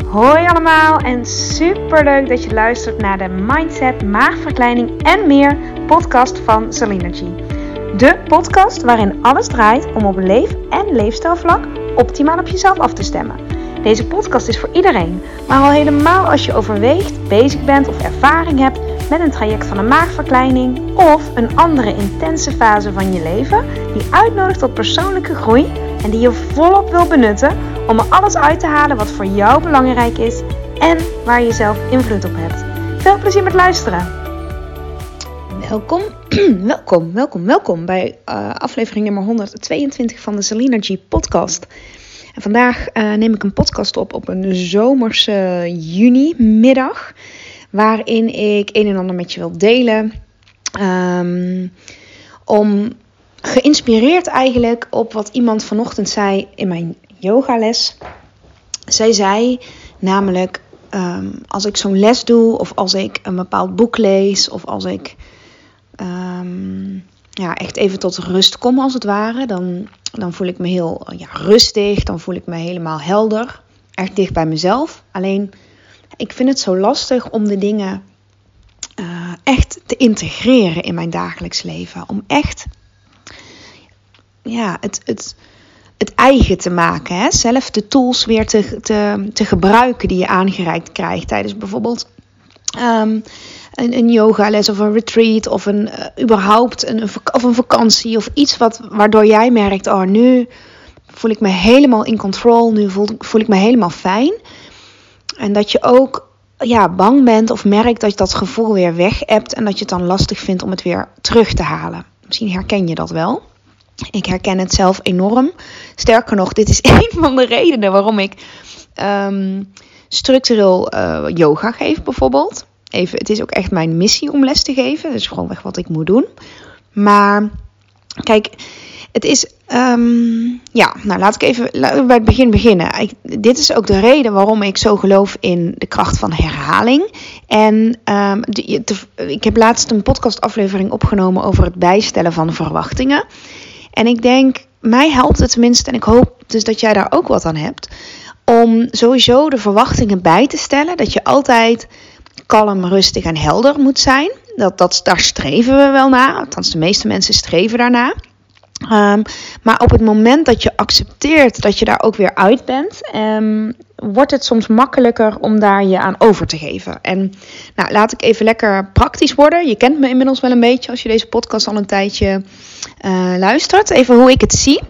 Hoi allemaal en superleuk dat je luistert naar de Mindset, Maagverkleining en meer podcast van Salinergy. De podcast waarin alles draait om op leef- en leefstijlvlak optimaal op jezelf af te stemmen. Deze podcast is voor iedereen, maar al helemaal als je overweegt, bezig bent of ervaring hebt met een traject van een maagverkleining of een andere intense fase van je leven die uitnodigt tot persoonlijke groei en die je volop wil benutten om er alles uit te halen wat voor jou belangrijk is en waar je zelf invloed op hebt. Veel plezier met luisteren! Welkom bij aflevering nummer 122 van de Salinergy podcast. En vandaag neem ik een podcast op een zomerse junimiddag, waarin ik een en ander met je wil delen. Om geïnspireerd eigenlijk op wat iemand vanochtend zei in mijn yogales. Zij zei namelijk, als ik zo'n les doe of als ik een bepaald boek lees of als ik echt even tot rust kom als het ware, dan voel ik me heel rustig, dan voel ik me helemaal helder, echt dicht bij mezelf. Alleen, ik vind het zo lastig om de dingen echt te integreren in mijn dagelijks leven. Om echt het eigen te maken. Hè? Zelf de tools weer te gebruiken die je aangereikt krijgt tijdens bijvoorbeeld een yogales of een retreat of überhaupt een vakantie of iets waardoor jij merkt, oh, nu voel ik me helemaal in control, nu voel ik me helemaal fijn. En dat je ook bang bent of merkt dat je dat gevoel weer weg hebt en dat je het dan lastig vindt om het weer terug te halen. Misschien herken je dat wel. Ik herken het zelf enorm. Sterker nog, dit is een van de redenen waarom ik structureel yoga geef bijvoorbeeld. Het is ook echt mijn missie om les te geven. Dat is gewoon wat ik moet doen. Maar kijk, het is... laat ik even bij het begin beginnen. Dit is ook de reden waarom ik zo geloof in de kracht van herhaling. En ik heb laatst een podcastaflevering opgenomen over het bijstellen van verwachtingen. En ik denk, mij helpt het tenminste, en ik hoop dus dat jij daar ook wat aan hebt, om sowieso de verwachtingen bij te stellen. Dat je altijd kalm, rustig en helder moet zijn. Daar streven we wel naar. Althans, de meeste mensen streven daarna. Maar op het moment dat je accepteert dat je daar ook weer uit bent, wordt het soms makkelijker om daar je aan over te geven. En laat ik even lekker praktisch worden. Je kent me inmiddels wel een beetje als je deze podcast al een tijdje luistert. Even hoe ik het zie.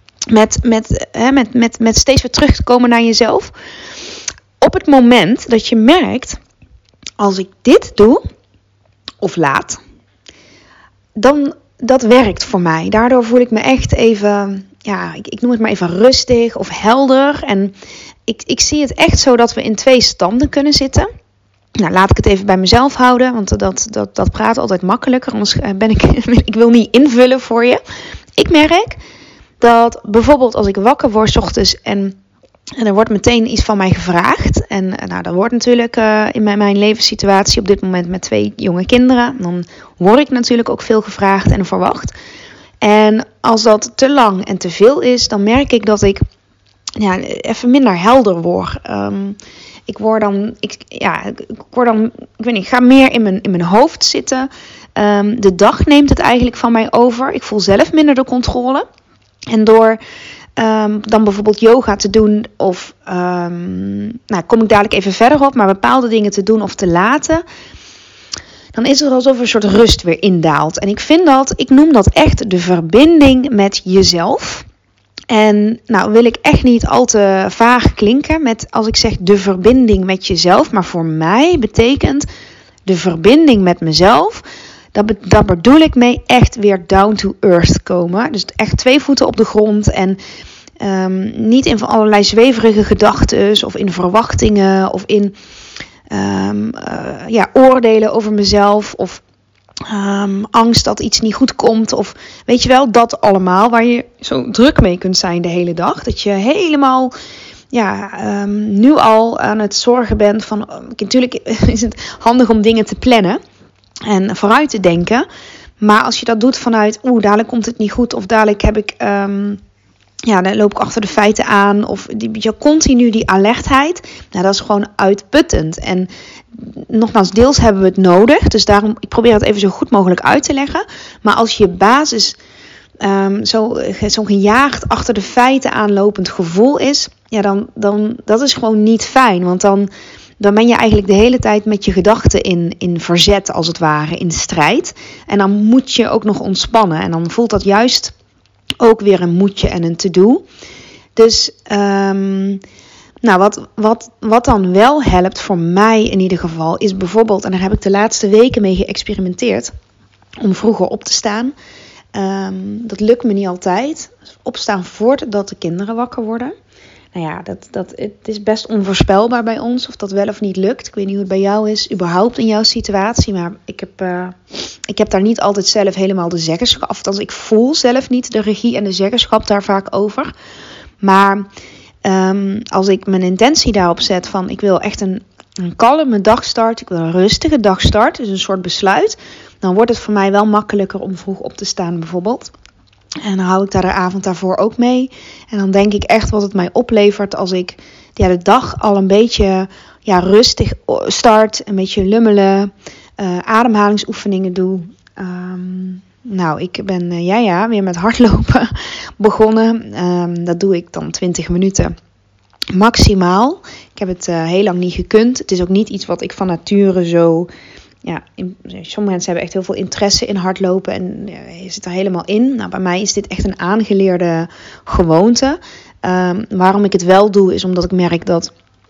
Met steeds weer terug te komen naar jezelf. Op het moment dat je merkt, als ik dit doe of laat, dan dat werkt voor mij. Daardoor voel ik me echt even, ik noem het maar even rustig of helder. En ik zie het echt zo dat we in 2 standen kunnen zitten. Laat ik het even bij mezelf houden, want dat praat altijd makkelijker. Anders ik wil niet invullen voor je. Ik merk dat bijvoorbeeld als ik wakker word 's ochtends en er wordt meteen iets van mij gevraagd. En dat wordt natuurlijk in mijn levenssituatie op dit moment met 2 jonge kinderen. Dan word ik natuurlijk ook veel gevraagd en verwacht. En als dat te lang en te veel is, dan merk ik dat ik even minder helder word. Ik ga meer in mijn hoofd zitten. De dag neemt het eigenlijk van mij over. Ik voel zelf minder de controle. En door dan bijvoorbeeld yoga te doen of kom ik dadelijk even verder op, maar bepaalde dingen te doen of te laten, dan is het alsof een soort rust weer indaalt. En ik noem dat echt de verbinding met jezelf. En wil ik echt niet al te vaag klinken als ik zeg de verbinding met jezelf, maar voor mij betekent de verbinding met mezelf, daar bedoel ik mee echt weer down to earth komen. Dus echt 2 voeten op de grond en niet in allerlei zweverige gedachten of in verwachtingen of in oordelen over mezelf of angst dat iets niet goed komt of weet je wel, dat allemaal waar je zo druk mee kunt zijn de hele dag. Dat je helemaal nu al aan het zorgen bent van, natuurlijk is het handig om dingen te plannen en vooruit te denken. Maar als je dat doet vanuit, dadelijk komt het niet goed of dadelijk heb ik dan loop ik achter de feiten aan. Of continu die alertheid. Nou, dat is gewoon uitputtend. En nogmaals, deels hebben we het nodig. Dus daarom, ik probeer het even zo goed mogelijk uit te leggen. Maar als je basis zo'n gejaagd achter de feiten aanlopend gevoel is, dan dat is gewoon niet fijn. Want dan ben je eigenlijk de hele tijd met je gedachten in verzet, als het ware, in strijd. En dan moet je ook nog ontspannen. En dan voelt dat juist ook weer een moetje en een to-do. Dus wat dan wel helpt, voor mij in ieder geval, is bijvoorbeeld, en daar heb ik de laatste weken mee geëxperimenteerd, om vroeger op te staan. Dat lukt me niet altijd. Opstaan voordat de kinderen wakker worden. Nou ja, het is best onvoorspelbaar bij ons of dat wel of niet lukt. Ik weet niet hoe het bij jou is, überhaupt in jouw situatie. Maar ik heb daar niet altijd zelf helemaal de zeggenschap. Althans, ik voel zelf niet de regie en de zeggenschap daar vaak over. Maar als ik mijn intentie daarop zet van ik wil echt een kalme dagstart. Ik wil een rustige dagstart. Dus een soort besluit. Dan wordt het voor mij wel makkelijker om vroeg op te staan bijvoorbeeld. En dan hou ik daar de avond daarvoor ook mee. En dan denk ik echt wat het mij oplevert als ik de dag al een beetje rustig start. Een beetje lummelen. Ademhalingsoefeningen doe. Ik ben weer met hardlopen begonnen. Dat doe ik dan 20 minuten maximaal. Ik heb het heel lang niet gekund. Het is ook niet iets wat ik van nature zo... sommige mensen hebben echt heel veel interesse in hardlopen en je zit er helemaal in. Nou, bij mij is dit echt een aangeleerde gewoonte. Waarom ik het wel doe, is omdat ik merk dat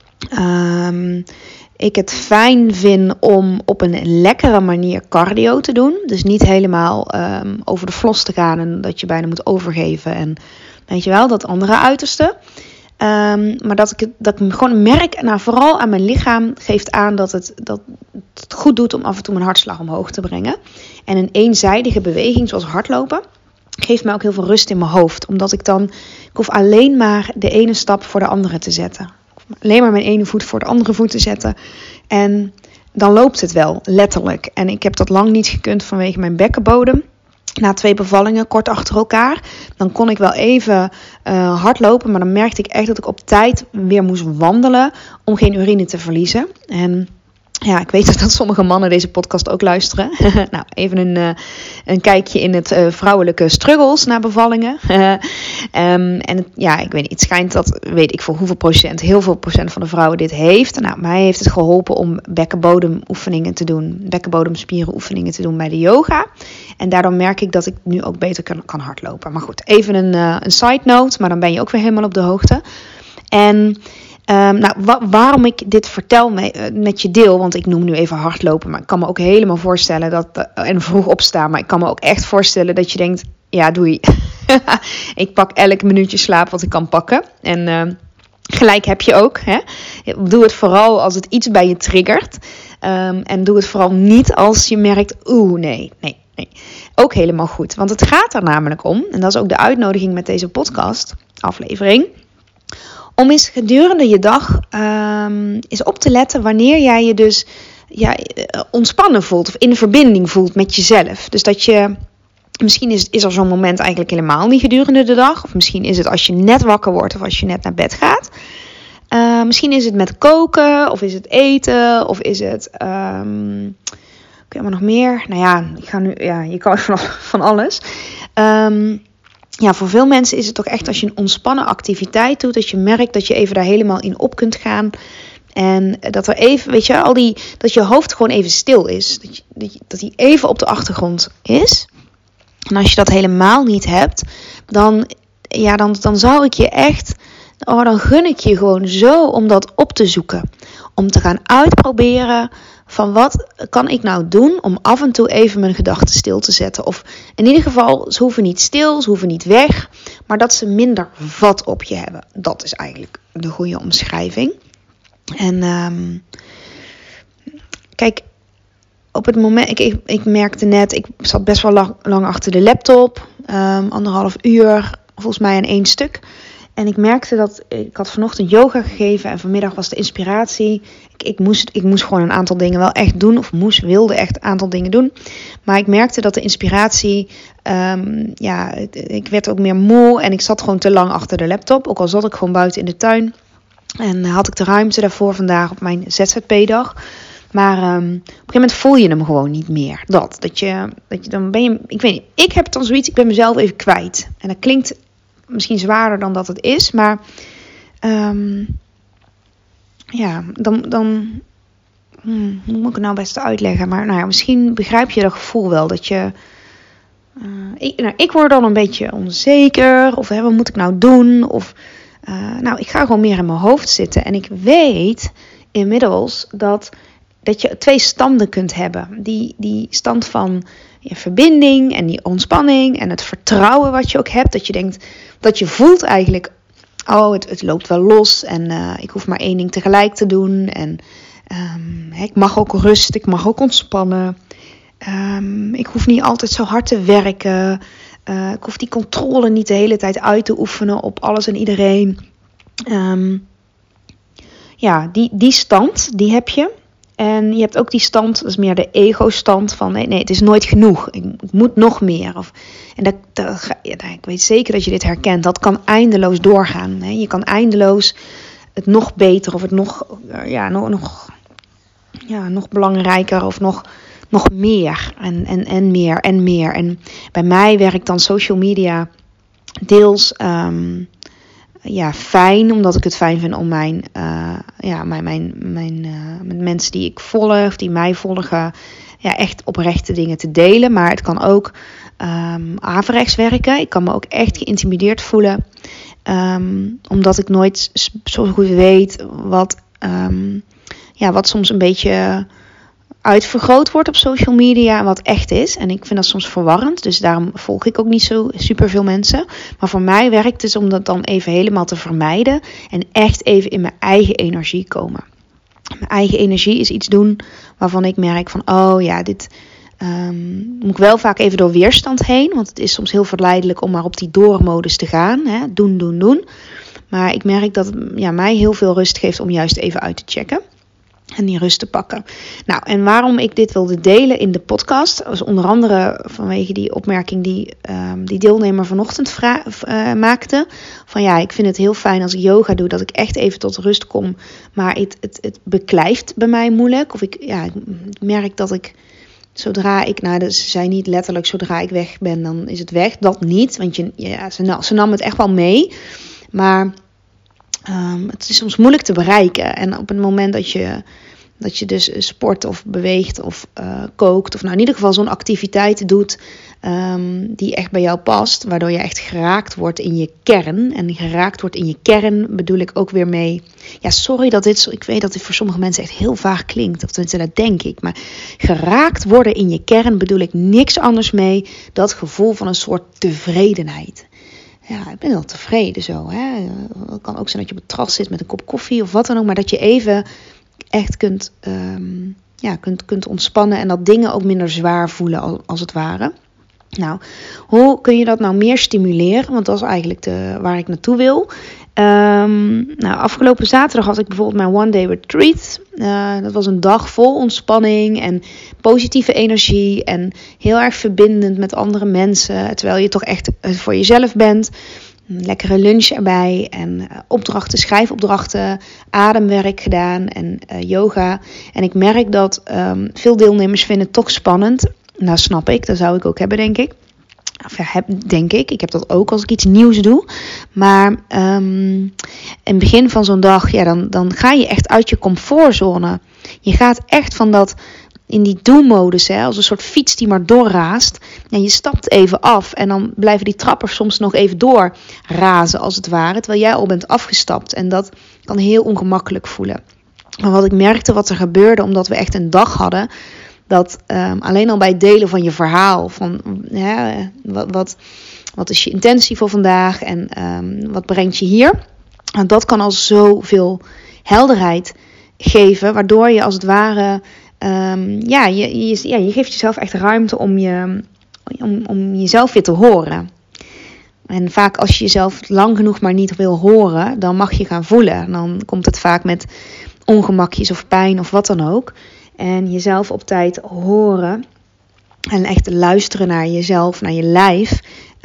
ik het fijn vind om op een lekkere manier cardio te doen. Dus niet helemaal over de flos te gaan en dat je bijna moet overgeven. En weet je wel, dat andere uiterste. Maar dat ik gewoon merk, vooral aan mijn lichaam geeft aan dat het goed doet om af en toe mijn hartslag omhoog te brengen. En een eenzijdige beweging zoals hardlopen geeft mij ook heel veel rust in mijn hoofd. Omdat ik hoef alleen maar de ene stap voor de andere te zetten. Alleen maar mijn ene voet voor de andere voet te zetten. En dan loopt het wel, letterlijk. En ik heb dat lang niet gekund vanwege mijn bekkenbodem. Na 2 bevallingen, kort achter elkaar. Dan kon ik wel even hardlopen. Maar dan merkte ik echt dat ik op tijd weer moest wandelen om geen urine te verliezen. En ja, ik weet dat sommige mannen deze podcast ook luisteren. Nou, even een kijkje in het vrouwelijke struggles na bevallingen. Ik weet niet, het schijnt dat, weet ik voor hoeveel procent, heel veel procent van de vrouwen dit heeft. Nou, mij heeft het geholpen om bekkenbodemoefeningen te doen, bekkenbodemspierenoefeningen te doen bij de yoga. En daardoor merk ik dat ik nu ook beter kan hardlopen. Maar goed, even een side note, maar dan ben je ook weer helemaal op de hoogte. En waarom ik dit vertel met je deel, want ik noem nu even hardlopen, maar ik kan me ook helemaal voorstellen en vroeg opstaan, maar ik kan me ook echt voorstellen dat je denkt, ja doei, ik pak elk minuutje slaap wat ik kan pakken. En gelijk heb je ook, hè? Doe het vooral als het iets bij je triggert. En doe het vooral niet als je merkt, nee. Ook helemaal goed, want het gaat er namelijk om, en dat is ook de uitnodiging met deze podcast aflevering, om eens gedurende je dag eens op te letten wanneer jij je dus ontspannen voelt of in verbinding voelt met jezelf. Dus dat je, misschien is er zo'n moment eigenlijk helemaal niet gedurende de dag. Of misschien is het als je net wakker wordt of als je net naar bed gaat. Misschien is het met koken of is het eten of is het... Kun je maar nog meer? Nou ja, je kan van alles. Voor veel mensen is het toch echt als je een ontspannen activiteit doet, dat je merkt dat je even daar helemaal in op kunt gaan. En dat er even, dat je hoofd gewoon even stil is. Dat die even op de achtergrond is. En als je dat helemaal niet hebt, dan zou ik je echt, dan gun ik je gewoon zo om dat op te zoeken. Om te gaan uitproberen van wat kan ik nou doen om af en toe even mijn gedachten stil te zetten. Of in ieder geval, ze hoeven niet stil, ze hoeven niet weg. Maar dat ze minder vat op je hebben. Dat is eigenlijk de goede omschrijving. En kijk, op het moment, ik merkte net, ik zat best wel lang achter de laptop. 1,5 uur, volgens mij in 1 stuk. En ik merkte dat ik had vanochtend yoga gegeven en vanmiddag was de inspiratie. Ik moest gewoon een aantal dingen wel echt doen. Of wilde echt een aantal dingen doen. Maar ik merkte dat de inspiratie... ik werd ook meer moe en ik zat gewoon te lang achter de laptop. Ook al zat ik gewoon buiten in de tuin. En had ik de ruimte daarvoor vandaag op mijn ZZP-dag. Maar op een gegeven moment voel je hem gewoon niet meer. Dat je dan ben je... Ik weet niet, ik heb dan zoiets, ik ben mezelf even kwijt. En dat klinkt misschien zwaarder dan dat het is. Maar hoe moet ik het nou best uitleggen? Maar misschien begrijp je dat gevoel wel. Dat je... ik word dan een beetje onzeker. Of wat moet ik nou doen? Of ik ga gewoon meer in mijn hoofd zitten. En ik weet inmiddels dat je 2 standen kunt hebben. Die stand van verbinding en die ontspanning en het vertrouwen wat je ook hebt. Dat je denkt, dat je voelt eigenlijk, het loopt wel los en ik hoef maar 1 ding tegelijk te doen. En ik mag ook rust, ik mag ook ontspannen. Ik hoef niet altijd zo hard te werken. Ik hoef die controle niet de hele tijd uit te oefenen op alles en iedereen. Die stand, die heb je. En je hebt ook die stand, dat is meer de ego-stand van nee, het is nooit genoeg. Ik moet nog meer. Ik weet zeker dat je dit herkent. Dat kan eindeloos doorgaan. Hè. Je kan eindeloos het nog beter of het nog belangrijker of nog meer en meer en meer. En bij mij werkt dan social media deels fijn, omdat ik het fijn vind om mijn mensen die ik volg, die mij volgen, echt oprechte dingen te delen. Maar het kan ook averechts werken. Ik kan me ook echt geïntimideerd voelen, omdat ik nooit zo goed weet wat soms een beetje uitvergroot wordt op social media en wat echt is. En ik vind dat soms verwarrend, dus daarom volg ik ook niet zo superveel mensen. Maar voor mij werkt het om dat dan even helemaal te vermijden en echt even in mijn eigen energie komen. Mijn eigen energie is iets doen waarvan ik merk van, dit moet ik wel vaak even door weerstand heen, want het is soms heel verleidelijk om maar op die doormodus te gaan. Hè? Doen. Maar ik merk dat het mij heel veel rust geeft om juist even uit te checken. En die rust te pakken. Nou, en waarom ik dit wilde delen in de podcast, was onder andere vanwege die opmerking die deelnemer vanochtend maakte. Van ik vind het heel fijn als ik yoga doe, dat ik echt even tot rust kom. Maar het beklijft bij mij moeilijk. Of ik merk dat ik, zodra ik, ze zei niet letterlijk, zodra ik weg ben, dan is het weg. Dat niet, want ze nam het echt wel mee. Maar het is soms moeilijk te bereiken. En op het moment dat je dus sport of beweegt of kookt, of in ieder geval zo'n activiteit doet die echt bij jou past, waardoor je echt geraakt wordt in je kern. En geraakt wordt in je kern bedoel ik ook weer mee. Ja, sorry dat ik weet dat dit voor sommige mensen echt heel vaag klinkt, of tenminste dat denk ik. Maar geraakt worden in je kern bedoel ik niks anders mee. Dat gevoel van een soort tevredenheid. Ja, ik ben wel tevreden zo. Hè? Het kan ook zijn dat je op het terras zit met een kop koffie of wat dan ook. Maar dat je even echt kunt ontspannen. En dat dingen ook minder zwaar voelen als het ware. Nou, hoe kun je dat nou meer stimuleren? Want dat is eigenlijk waar ik naartoe wil. Afgelopen zaterdag had ik bijvoorbeeld mijn One Day Retreat. Dat was een dag vol ontspanning en positieve energie. En heel erg verbindend met andere mensen. Terwijl je toch echt voor jezelf bent. Een lekkere lunch erbij. En schrijfopdrachten, ademwerk gedaan en yoga. En ik merk dat veel deelnemers vinden het toch spannend. Nou, snap ik. Dat zou ik ook hebben, denk ik. Ik heb dat ook als ik iets nieuws doe. Maar in het begin van zo'n dag, dan ga je echt uit je comfortzone. Je gaat echt van dat in die do-modus, als een soort fiets die maar doorraast. En je stapt even af en dan blijven die trappers soms nog even doorrazen als het ware. Terwijl jij al bent afgestapt. En dat kan heel ongemakkelijk voelen. Maar wat ik merkte, wat er gebeurde, omdat we echt een dag hadden, dat alleen al bij het delen van je verhaal, van wat is je intentie voor vandaag en wat brengt je hier, dat kan al zoveel helderheid geven, waardoor je als het ware, je geeft jezelf echt ruimte om jezelf weer te horen. En vaak als je jezelf lang genoeg maar niet wil horen, dan mag je gaan voelen. Dan komt het vaak met ongemakjes of pijn of wat dan ook. En jezelf op tijd horen en echt luisteren naar jezelf, naar je lijf,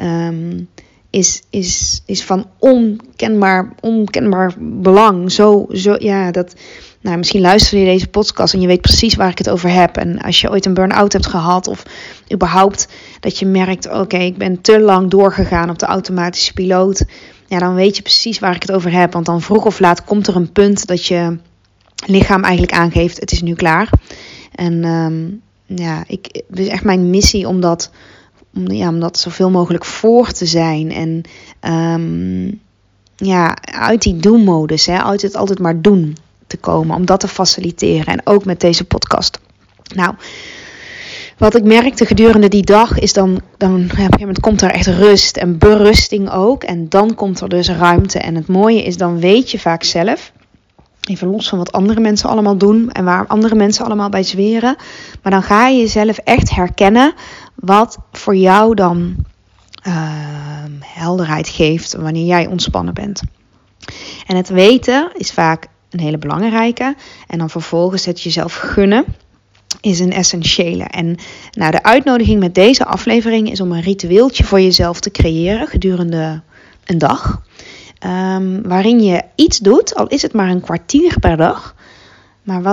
is van onkenbaar belang. Misschien luister je deze podcast en je weet precies waar ik het over heb. En als je ooit een burn-out hebt gehad of überhaupt dat je merkt, oké, ik ben te lang doorgegaan op de automatische piloot. Ja, dan weet je precies waar ik het over heb. Want dan vroeg of laat komt er een punt dat je lichaam eigenlijk aangeeft, het is nu klaar. En het is echt mijn missie om dat zoveel mogelijk voor te zijn. En uit die doen-modus, uit het altijd maar doen te komen. Om dat te faciliteren. En ook met deze podcast. Nou, wat ik merkte gedurende die dag is dan op een gegeven moment komt er echt rust en berusting ook. En dan komt er dus ruimte. En het mooie is, dan weet je vaak zelf, even los van wat andere mensen allemaal doen en waar andere mensen allemaal bij zweren. Maar dan ga je jezelf echt herkennen wat voor jou dan helderheid geeft wanneer jij ontspannen bent. En het weten is vaak een hele belangrijke. En dan vervolgens het jezelf gunnen is een essentiële. En de uitnodiging met deze aflevering is om een ritueeltje voor jezelf te creëren gedurende een dag. Waarin je iets doet, al is het maar een kwartier per dag. Maar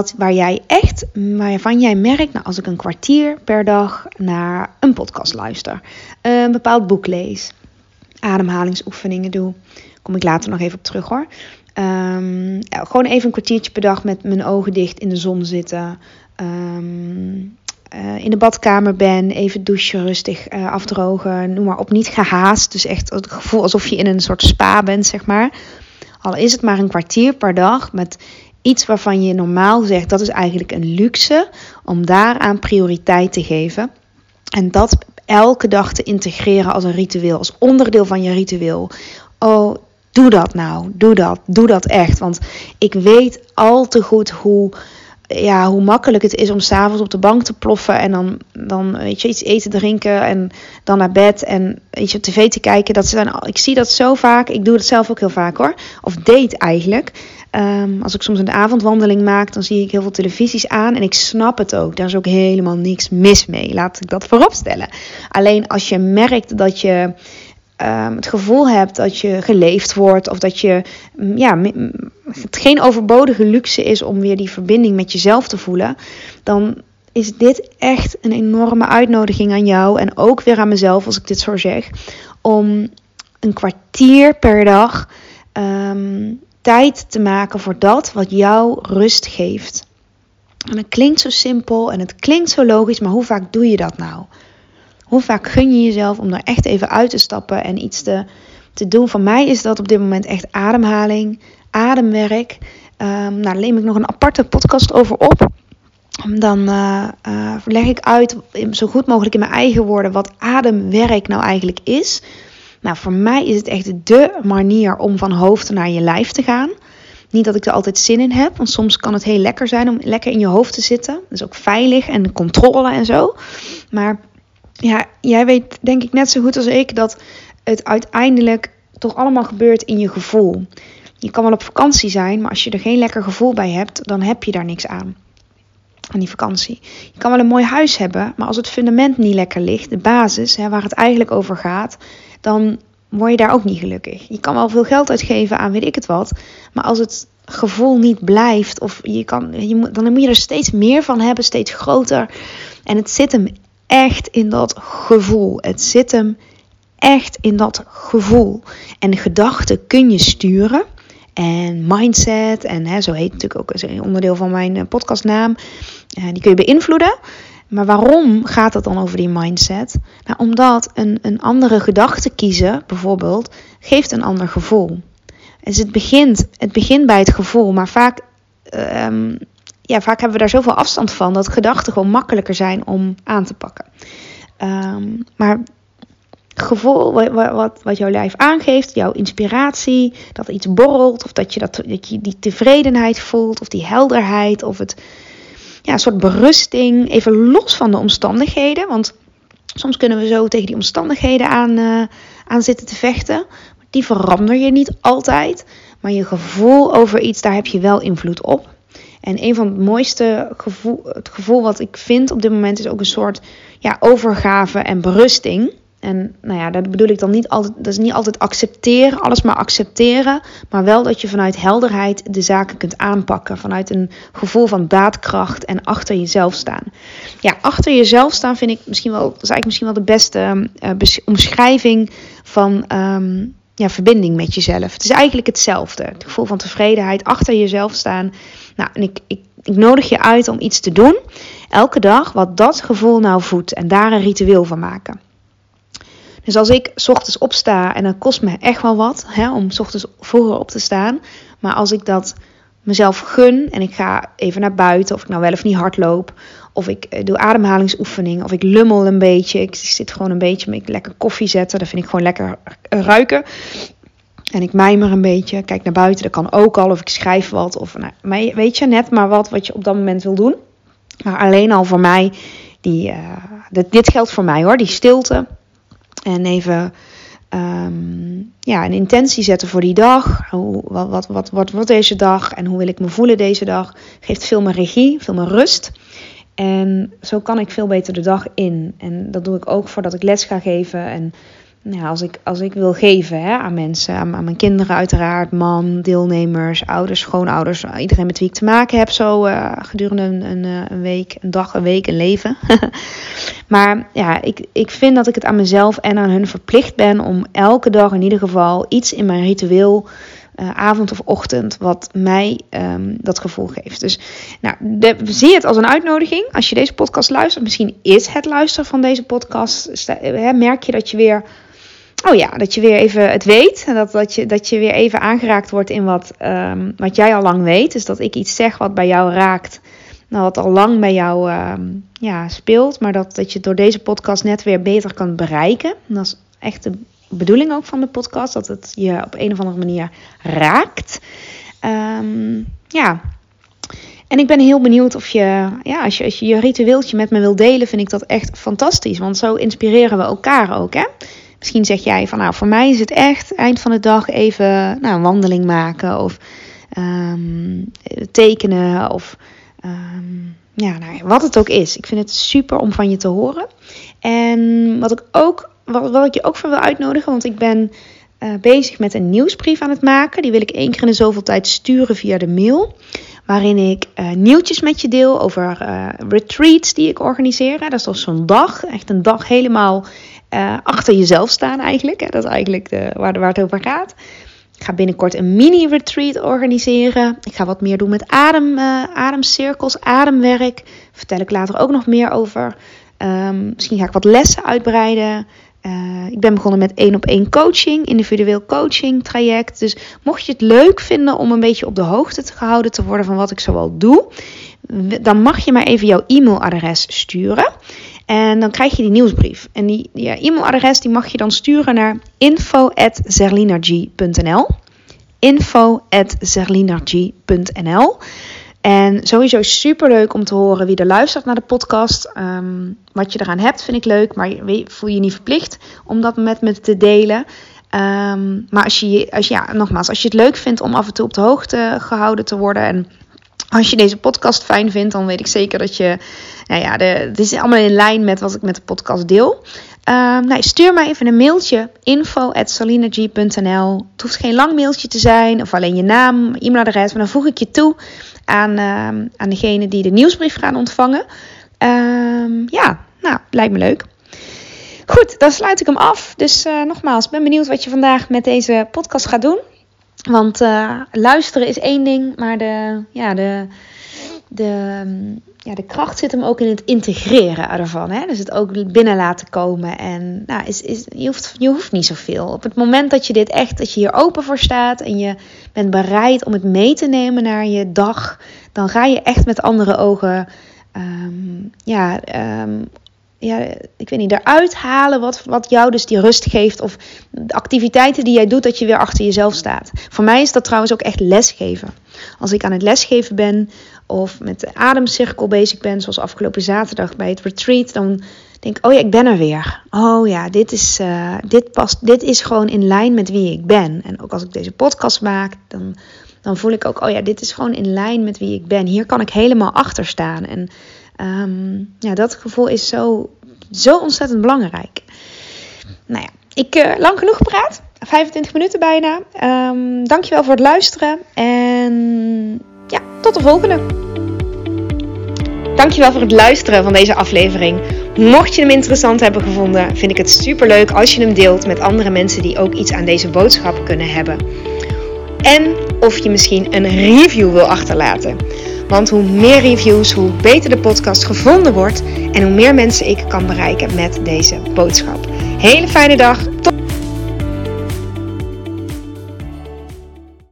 waarvan jij merkt, als ik een kwartier per dag naar een podcast luister, een bepaald boek lees, ademhalingsoefeningen doe, kom ik later nog even op terug hoor. Gewoon even een kwartiertje per dag met mijn ogen dicht in de zon zitten. In de badkamer ben, even douchen, rustig afdrogen, noem maar op, niet gehaast. Dus echt het gevoel alsof je in een soort spa bent, zeg maar. Al is het maar een kwartier per dag met iets waarvan je normaal zegt, dat is eigenlijk een luxe, om daaraan prioriteit te geven. En dat elke dag te integreren als een ritueel, als onderdeel van je ritueel. Oh, doe dat nou, doe dat echt. Want ik weet al te goed hoe makkelijk het is om 's avonds op de bank te ploffen en dan weet je, iets eten, drinken en dan naar bed en weet je, tv te kijken. Ik zie dat zo vaak. Ik doe het zelf ook heel vaak hoor. Of deed eigenlijk. Als ik soms een avondwandeling maak, dan zie ik heel veel televisies aan en ik snap het ook. Daar is ook helemaal niks mis mee. Laat ik dat voorop stellen. Alleen als je merkt dat je het gevoel hebt dat je geleefd wordt of dat je het geen overbodige luxe is om weer die verbinding met jezelf te voelen, dan is dit echt een enorme uitnodiging aan jou en ook weer aan mezelf als ik dit zo zeg, om een kwartier per dag tijd te maken voor dat wat jou rust geeft. En het klinkt zo simpel en het klinkt zo logisch, maar hoe vaak doe je dat nou? Hoe vaak gun je jezelf om er echt even uit te stappen en iets te doen? Voor mij is dat op dit moment echt ademhaling, ademwerk. Daar neem ik nog een aparte podcast over op. Dan leg ik uit, zo goed mogelijk in mijn eigen woorden, wat ademwerk nou eigenlijk is. Nou, voor mij is het echt dé manier om van hoofd naar je lijf te gaan. Niet dat ik er altijd zin in heb, want soms kan het heel lekker zijn om lekker in je hoofd te zitten. Dat is ook veilig en controle en zo. Maar ja, jij weet denk ik net zo goed als ik dat het uiteindelijk toch allemaal gebeurt in je gevoel. Je kan wel op vakantie zijn, maar als je er geen lekker gevoel bij hebt, dan heb je daar niks aan die vakantie. Je kan wel een mooi huis hebben, maar als het fundament niet lekker ligt, de basis, waar het eigenlijk over gaat, dan word je daar ook niet gelukkig. Je kan wel veel geld uitgeven aan weet ik het wat, maar als het gevoel niet blijft, of dan moet je er steeds meer van hebben, steeds groter. En het zit hem echt in dat gevoel. Het zit hem echt in dat gevoel. En de gedachten kun je sturen. En mindset, en zo heet het natuurlijk ook een onderdeel van mijn podcastnaam. Die kun je beïnvloeden. Maar waarom gaat het dan over die mindset? Nou, omdat een andere gedachte kiezen, bijvoorbeeld, geeft een ander gevoel. Dus het begint bij het gevoel, maar vaak hebben we daar zoveel afstand van dat gedachten gewoon makkelijker zijn om aan te pakken. Maar gevoel, wat jouw lijf aangeeft, jouw inspiratie, dat er iets borrelt, of dat je die tevredenheid voelt, of die helderheid, of een soort berusting, even los van de omstandigheden. Want Soms kunnen we zo tegen die omstandigheden aan zitten te vechten. Die verander je niet altijd. Maar je gevoel over iets, daar heb je wel invloed op. En een van het mooiste het gevoel wat ik vind op dit moment is ook een soort overgave en berusting. En dat bedoel ik dan niet altijd, dat is niet altijd accepteren, alles maar accepteren. Maar wel dat je vanuit helderheid de zaken kunt aanpakken. Vanuit een gevoel van daadkracht en achter jezelf staan. Ja, achter jezelf staan vind ik misschien wel, dat is eigenlijk misschien wel de beste omschrijving van verbinding met jezelf. Het is eigenlijk hetzelfde. Het gevoel van tevredenheid, achter jezelf staan. Nou, en ik nodig je uit om iets te doen, elke dag, wat dat gevoel nou voedt. En daar een ritueel van maken. Dus als ik 's ochtends opsta, en dat kost me echt wel wat, om 's ochtends vroeger op te staan. Maar als ik dat mezelf gun en ik ga even naar buiten, of ik nou wel of niet hardloop, of ik doe ademhalingsoefening, of ik lummel een beetje. Ik zit gewoon een beetje met lekker koffie zetten, dat vind ik gewoon lekker ruiken. En ik mijmer een beetje, kijk naar buiten, dat kan ook al, of ik schrijf wat. Of weet je, net maar wat je op dat moment wil doen. Maar alleen al voor mij, dit geldt voor mij hoor, die stilte. En even een intentie zetten voor die dag. Wat wordt deze dag? En hoe wil ik me voelen deze dag? Geeft veel meer regie, veel meer rust. En zo kan ik veel beter de dag in. En dat doe ik ook voordat ik les ga geven. En als ik wil geven aan mensen, aan mijn kinderen uiteraard, man, deelnemers, ouders, schoonouders, iedereen met wie ik te maken heb zo gedurende een week, een week, een leven. Maar ik vind dat ik het aan mezelf en aan hun verplicht ben om elke dag in ieder geval iets in mijn ritueel, avond of ochtend, wat mij dat gevoel geeft. Dus zie het als een uitnodiging. Als je deze podcast luistert, misschien is het luisteren van deze podcast, merk je dat je weer, dat je weer even het weet. En dat je weer even aangeraakt wordt in wat jij al lang weet. Dus dat ik iets zeg wat bij jou raakt. Wat al lang bij jou speelt. Maar dat je door deze podcast net weer beter kan bereiken. En dat is echt de bedoeling ook van de podcast. Dat het je op een of andere manier raakt. En ik ben heel benieuwd of als je je ritueeltje met me wil delen, vind ik dat echt fantastisch. Want zo inspireren we elkaar ook, hè. Misschien zeg jij van, voor mij is het echt eind van de dag even een wandeling maken. Of tekenen. Of wat het ook is. Ik vind het super om van je te horen. En wat ik je ook voor wil uitnodigen. Want ik ben bezig met een nieuwsbrief aan het maken. Die wil ik 1 keer in de zoveel tijd sturen via de mail. Waarin ik nieuwtjes met je deel over retreats die ik organiseer. Dat is toch zo'n dag. Echt een dag helemaal achter jezelf staan eigenlijk. Dat is eigenlijk waar het over gaat. Ik ga binnenkort een mini-retreat organiseren. Ik ga wat meer doen met ademcirkels, ademwerk. Daar vertel ik later ook nog meer over. Misschien ga ik wat lessen uitbreiden. Ik ben begonnen met 1-op-1 coaching, individueel coaching traject. Dus mocht je het leuk vinden om een beetje op de hoogte gehouden te worden van wat ik zoal doe, dan mag je mij even jouw e-mailadres sturen. En dan krijg je die nieuwsbrief. En die e-mailadres die mag je dan sturen naar info@zerlinergy.nl. info@zerlinergy.nl. En sowieso superleuk om te horen wie er luistert naar de podcast. Wat je eraan hebt vind ik leuk, maar voel je niet verplicht om dat met me te delen. Maar als je het leuk vindt om af en toe op de hoogte gehouden te worden, en als je deze podcast fijn vindt, dan weet ik zeker dat je, het is allemaal in lijn met wat ik met de podcast deel. Stuur mij even een mailtje, info@zerlinergy.nl. Het hoeft geen lang mailtje te zijn, of alleen je naam, e-mailadres, maar dan voeg ik je toe aan degene die de nieuwsbrief gaan ontvangen. Lijkt me leuk. Goed, dan sluit ik hem af. Dus nogmaals, ik ben benieuwd wat je vandaag met deze podcast gaat doen. Want luisteren is één ding, maar de kracht zit hem ook in het integreren ervan. Hè? Dus het ook binnen laten komen. En je hoeft niet zoveel. Op het moment dat je dat je hier open voor staat en je bent bereid om het mee te nemen naar je dag, dan ga je echt met andere ogen ik weet niet, eruit halen wat jou dus die rust geeft. Of de activiteiten die jij doet, dat je weer achter jezelf staat. Voor mij is dat trouwens ook echt lesgeven. Als ik aan het lesgeven ben of met de ademcirkel bezig ben, zoals afgelopen zaterdag bij het retreat, dan denk ik, oh ja, ik ben er weer. Oh ja, dit is gewoon in lijn met wie ik ben. En ook als ik deze podcast maak, dan voel ik ook, oh ja, dit is gewoon in lijn met wie ik ben. Hier kan ik helemaal achter staan. En dat gevoel is zo ontzettend belangrijk. Nou ja, lang genoeg gepraat. 25 minuten bijna. Dankjewel voor het luisteren. En ja, tot de volgende. Dankjewel voor het luisteren van deze aflevering. Mocht je hem interessant hebben gevonden, vind ik het superleuk als je hem deelt met andere mensen die ook iets aan deze boodschap kunnen hebben. En of je misschien een review wil achterlaten. Want hoe meer reviews, hoe beter de podcast gevonden wordt en hoe meer mensen ik kan bereiken met deze boodschap. Hele fijne dag. Tot